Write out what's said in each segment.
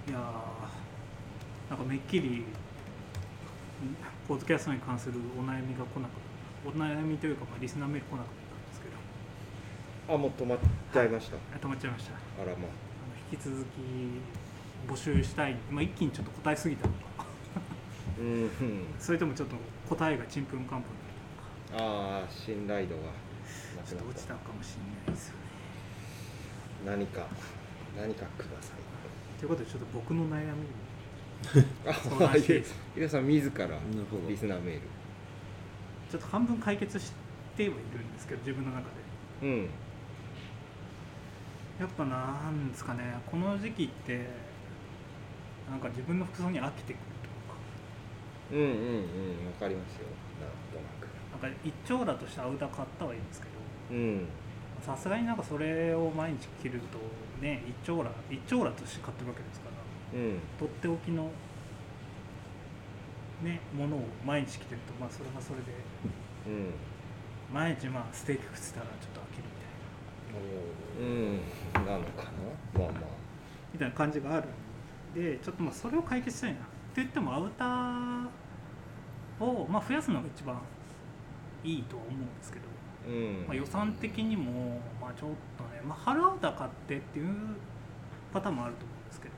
いやなんかめっきりポッドキャストに関するお悩みが来なかったお悩みというか、リスナーメール来なかったんですけど、 もう止まっちゃいました、 止まっちゃいました。 あらま引き続き募集したい、一気にちょっと答えすぎたのかそれともちょっと答えがちんぷんかんぷん信頼度がなくちょっとなった落ちたかもしれないですよね。 何かくださいということでちょっと僕の悩み相あ談していいゆですか。 うさん自らるほどリスナーメールちょっと半分解決してはいるんですけど、自分の中でうんやっぱなんですかね、この時期ってなんか自分の服装に飽きてくるわかりますよなんとなくというか、なんか一長羅としてアウター買ったはいいんですけど、 うんさすがになんかそれを毎日着るとね、一長羅として買ってるわけですから、 うんとっておきのねものを毎日着てると、それはそれで毎日ステーキ食ってたらちょっと飽きるなのかなみたいな感じがあるんで、ちょっとそれを解決したいなって言ってもアウターを増やすのが一番いいとは思うんですけど、予算的にもちょっとね、春アウター買ってっていうパターンもあると思うんですけど、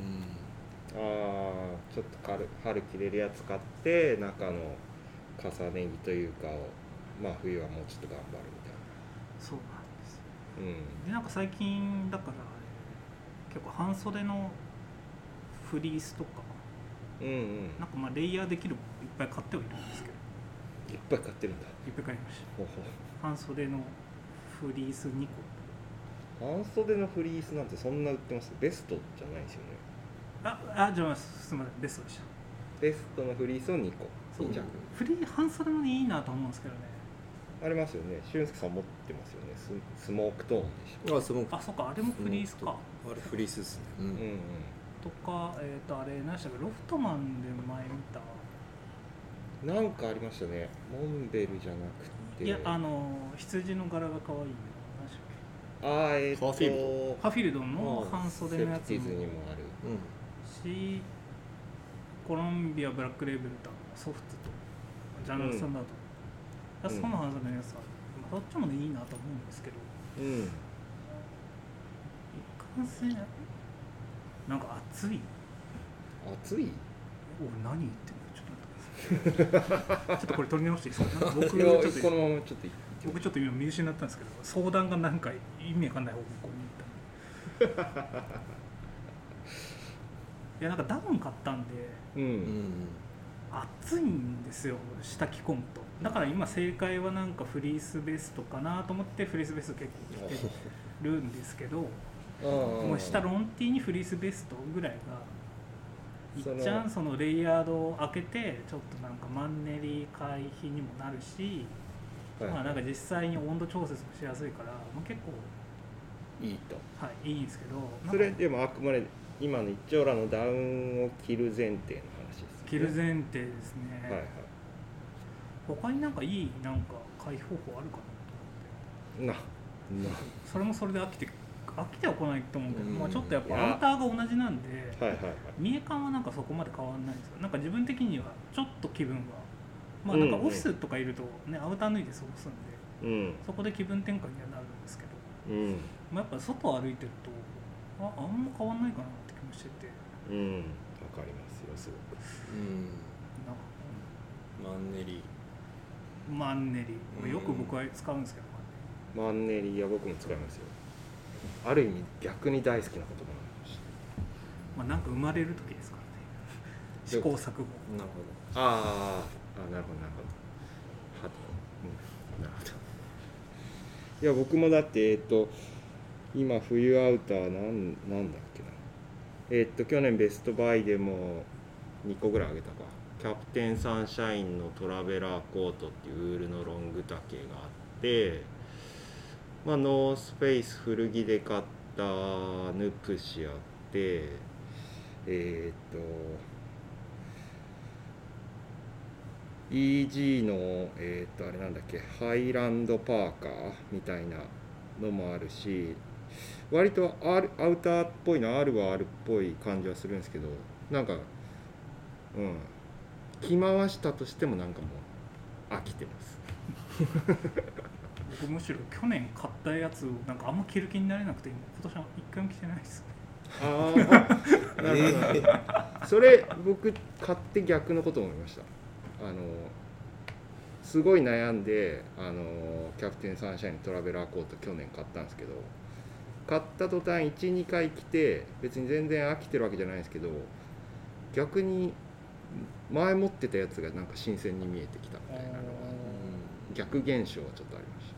ちょっと春着れるやつ買って中の重ね着というかを冬はもうちょっと頑張るみたいそうなんですよ。 なでなんか最近だから結構半袖のフリースとか、なんかレイヤーできるものいっぱい買ってはいるんですけど、 いっぱい買ってるんだいっぱい買いました。 ほうほ半袖のフリース2個。 う半袖のフリースなんてそんな売ってます？ベストじゃないですよね。 じゃあすみません、ベストでした。 ベストのフリースを2個そう 2着半袖のいいなと思うんですけどね。 ありますよね。俊介さん持ってますよね。スモークトーンでしょ。 スモーク。 そっか、あれもフリースか。 あれフリースですね。 とか、あれ何でしたっけ、ロフトマンで前見た。 なんかありましたね。モンベルじゃなくて。 いや、羊の柄が可愛いの。何でしたっけ。 ハーフィールドの半袖のやつセプティズにもある。 し、コロンビアブラックレーベルとソフトとジャンルスタンダード、その半袖のやつはどっちもいいなと思うんですけど、いかんせんなんか暑い。何言ってんの。ちょっとこれ取り直していいですか。僕このままちょっと今見失ったんですけど、相談が何回意味わかんない方向に行ったいやなんかダウン買ったんで、暑いんですよ、下着込むと。だから今正解はなんかフリースベストかなと思ってフリースベスト結構着てるんですけど、もう下ロンティーにフリースベストぐらいがいっちゃんそのレイヤードを開けてちょっとなんかマンネリ回避にもなるし、なんか実際に温度調節もしやすいから、結構いいと。 いいんですけど、 それでもあくまで今の一丁羅のダウンを着る前提の話です、ね。 着る前提ですね。他になんかいいなんか回避方法あるかなと思って。それもそれで飽きては来ないと思うけど、ちょっとやっぱアウターが同じなんで、見え感はなんかそこまで変わらないんですよ。なんか自分的にはちょっと気分はなんかオフィスとかいるとね、アウター脱いで過ごすんで、そこで気分転換にはなるんですけど、やっぱ外を歩いてるとあんま変わんないかなって気もしてて。 わかりますよ、すごく。 マンネリ、よく僕は使うんですけど、 マンネリは僕も使いますよ。ある意味逆に大好きな言葉なんです。 なんか生まれる時ですからね。試行錯誤。 なるほど。なるほど。なるほど。いや僕もだって今冬アウターなんだっけな。去年ベストバイでも2個ぐらいあげたか。キャプテンサンシャインのトラベラーコートっていうウールのロング丈があって、ノースフェイス古着で買ったヌプシあって、EG のあれなんだっけ、ハイランドパーカーみたいなのもあるし、 割とアウターっぽいの R は R っぽい感じはするんですけど、なんか着回したとしてもなんかもう飽きてます僕むしろ去年買ったやつをなんかあんま着る気になれなくて今年は一回も着てないです。 ああ、なるほど。それ僕買って逆のこと思いました。すごい悩んでキャプテンサンシャイントラベラーコート去年買ったんですけど、買った途端 1,2 回着て別に全然飽きてるわけじゃないんですけど、逆に前持ってたやつがなんか新鮮に見えてきたみたいなのが逆現象はちょっとありました。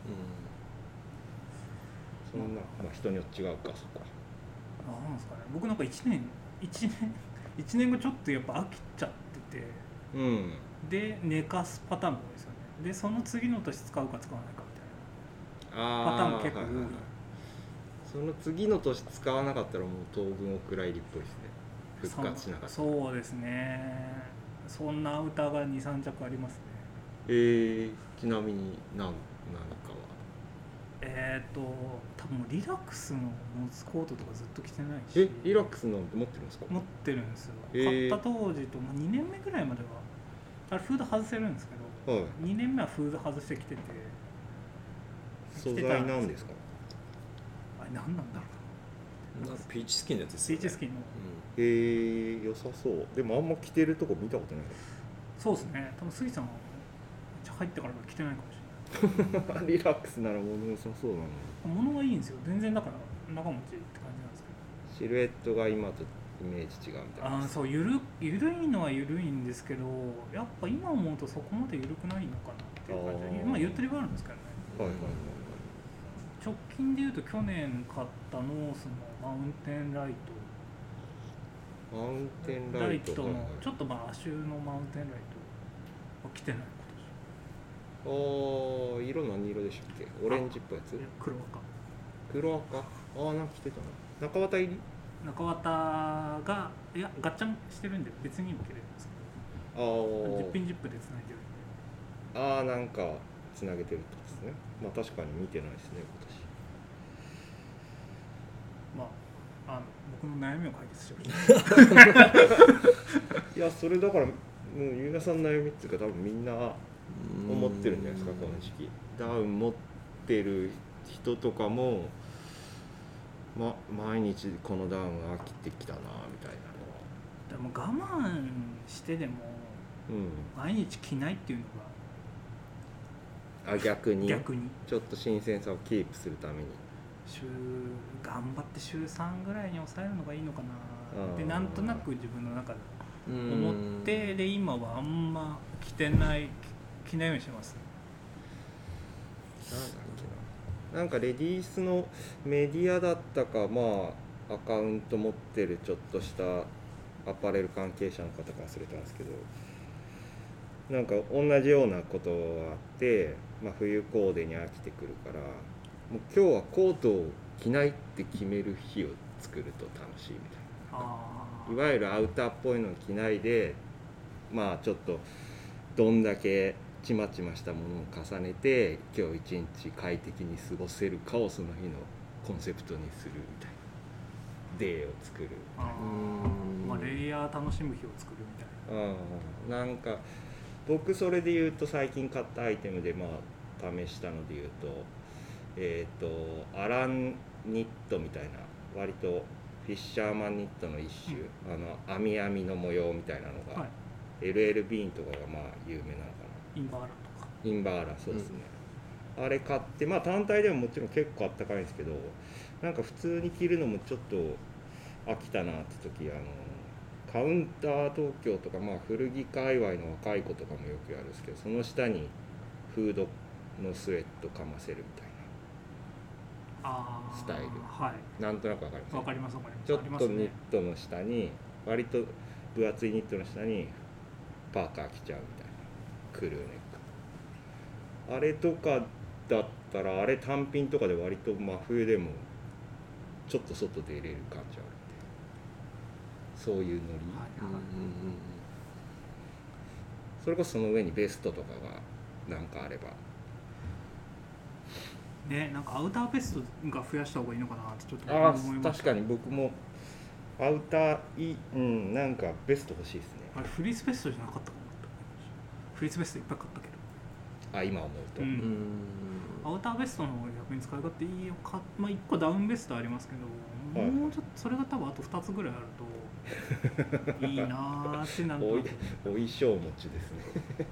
そんな、まあ、人によって違うかそこは。 なんですかね、僕なんか1年後ちょっとやっぱ飽きちゃってて、で寝かすパターンも多いですよね。でその次の年使うか使わないかみたいなパターンも結構多い。 その次の年使わなかったらもう当分お蔵入りっぽいですね。復活しなかった。 そうですね。そんなアウターが 2,3 着ありますね。 ちなみに何かは多分リラックスのモツコートとかずっと着てないし。 リラックスの持ってるんですか？ 持ってるんですよ。買った当時と、2年目ぐらいまではあれフード外せるんですけど、2年目はフード外してきてて。 素材なんですか？ あれ何なんだろうな。 ピーチスキンのやつですよね。 ピーチスキンの。 良さそう。でもあんま着てるとこ見たことない。 そうですね。多分杉さんは入ってから着てないかもしれない。 リラックスなら物良さそうなの。 物はいいんですよ。全然だから長持ちって感じなんですけど。シルエットが今とイメージ違うみたいな。 そうゆるいのはゆるいんですけど、やっぱ今思うとそこまでゆるくないのかなっていう感じ。ゆったりはあるんですけどね。直近でいうと去年買ったノースのマウンテンライトのちょっと亜種のマウンテンライトは着てない。 色何色でしたっけ？オレンジっぽいやつ？ 黒赤。なんか着てたな。中綿入り？ 中綿がガッチャンしてるんで別にも着れるんですけど、ジッピンジップでつないでるんで。 なんかつなげてるってことですね。まあ確かに見てないですね今年。僕の悩みを解決してる。 いやそれだからもうゆうなさんの悩みっていうか多分みんな思ってるんじゃないですか。この時期ダウン持ってる人とかも、毎日このダウン飽きてきたなみたいな。でも我慢してでも、毎日着ないっていうのが逆にちょっと新鮮さをキープするために頑張って週3ぐらいに抑えるのがいいのかなでなんとなく自分の中で思ってで今はあんま着ないようにしてます。 なんかレディースのメディアだったかアカウント持ってるちょっとしたアパレル関係者の方か忘れたんですけど、なんか同じようなことがあって、冬コーデに飽きてくるからもう今日はコートを着ないって決める日を作ると楽しいみたいな。いわゆるアウターっぽいのを着ないでちょっとどんだけちまちましたものを重ねて今日一日快適に過ごせるかをその日のコンセプトにするみたいなデーを作るレイヤー楽しむ日を作るみたいな。なんか僕それで言うと最近買ったアイテムで試したので言うとアランニットみたいな割とフィッシャーマンニットの一種、網の模様みたいなのが、LL ビーンとかが有名なのかな。 インバーラとか。 インバーラそうですね。あれ買って単体でももちろん結構あったかいんですけど、なんか普通に着るのもちょっと飽きたなって時カウンター東京とか古着界隈の若い子とかもよくやるんですけど、その下にフードのスウェットかませるみたいなスタイル、なんとなくわかります？ わかります。 ちょっとニットの下に割と分厚いニットの下にパーカー着ちゃうみたいなクルーネック、あれとかだったらあれ単品とかで割と真冬でもちょっと外出れる感じあるんで、そういうノリ、それこそその上にベストとかがなんかあればね、なんかアウターベストが増やした方がいいのかなってちょっと思いました。 確かに僕もアウターなんかベスト欲しいですね。 あれフリースベストじゃなかったかなと思いました。フリースベストいっぱい買ったけど、 今思うと、 アウターベストの方が逆に使い勝手いいよか、1個ダウンベストありますけど、もうちょっとそれが多分あと2つぐらいあるといいなーってなんかお衣装持ちですね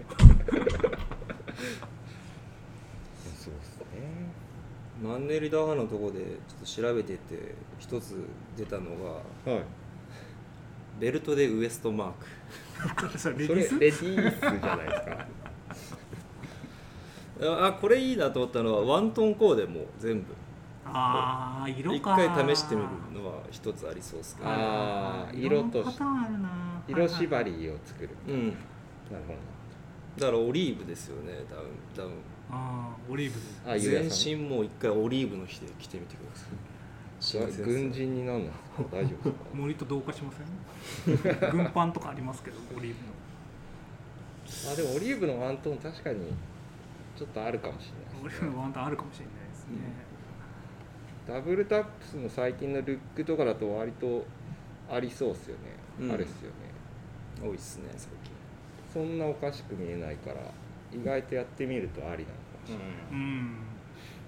そうですね。 マンネリダハのとこでちょっと調べてて一つ出たのが、はい、ベルトでウエストマークそれレディースじゃないですかこれいいなと思ったのはワントンコーデも全部色か一回試してみるのは一つありそうですけど、 色とパターンあるな、 色縛りを作る、なるほど。だからオリーブですよね、ダウンオリーブで全身もう一回オリーブの日で着てみてください。 軍人になるの大丈夫ですか森と同化しません軍パンとかありますけどオリーブのでもオリーブのワントーン確かにちょっとあるかもしれないですね。オリーブのワントーンあるかもしれないですね、 ダブルタップスの最近のルックとかだと割とありそうですよね、あれですよね、 多いっすね最近。 そんなおかしく見えないから意外とやってみるとありなのかもしれない。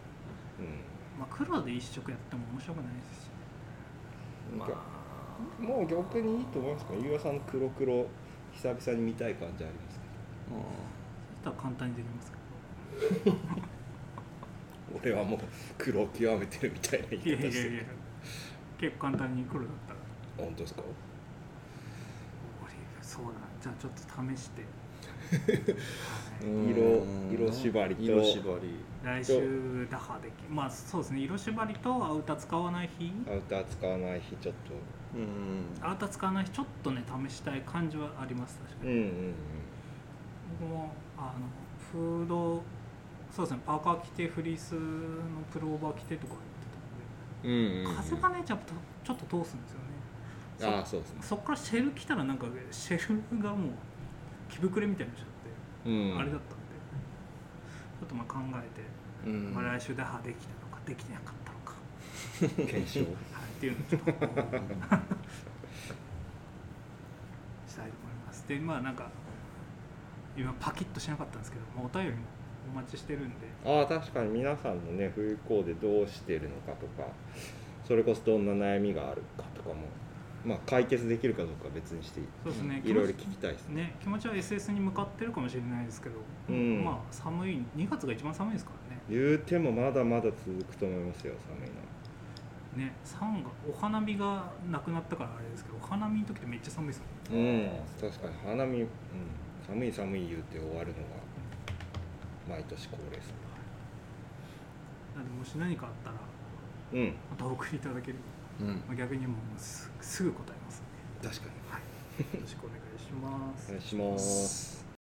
黒で一色やっても面白くないですし、 もう逆にいいと思いますか。ゆうやさん黒久々に見たい感じありますけど、 そしたら簡単にできますけど俺はもう黒を極めてるみたいな言い方してる。 結構簡単に黒だったら。 本当ですか。 そうだな、じゃあちょっと試して色縛り来週打破できそうですね。色縛りとアウター使わない日ちょっとアウター使わない日ちょっとね試したい感じはあります。確かに、僕もフードそうですね、パーカー着てフリースのプローバー着てとか言ってたので、風がねちょっと通すんですよね。 そうですね。 そこからシェル着たらなんかシェルがもう着膨れみたいになっちゃって、あれだったんでちょっと考えて、来週打破できたのかできてなかったのか検証っていうのをちょっとしたいと思います。でなんか今パキッとしなかったんですけど、お便りもお待ちしてるんで。 確かに皆さんのね冬コーデどうしてるのかとか、それこそどんな悩みがあるかとかも解決できるかどうかは別にしていい。 そうですね、 いろいろ聞きたいですね。 気持ちは SS に向かってるかもしれないですけど、寒い2月が一番寒いですからね。 言うてもまだまだ続くと思いますよ、寒いのね。お花見がなくなったからあれですけど、お花見の時ってめっちゃ寒いですもんね。確かに花見、寒い言うて終わるのが毎年恒例ですね。 なのでもし何かあったらまたお送りいただければ、逆にもうすぐ答えます。 確かに、 よろしくお願いします。 お願いします。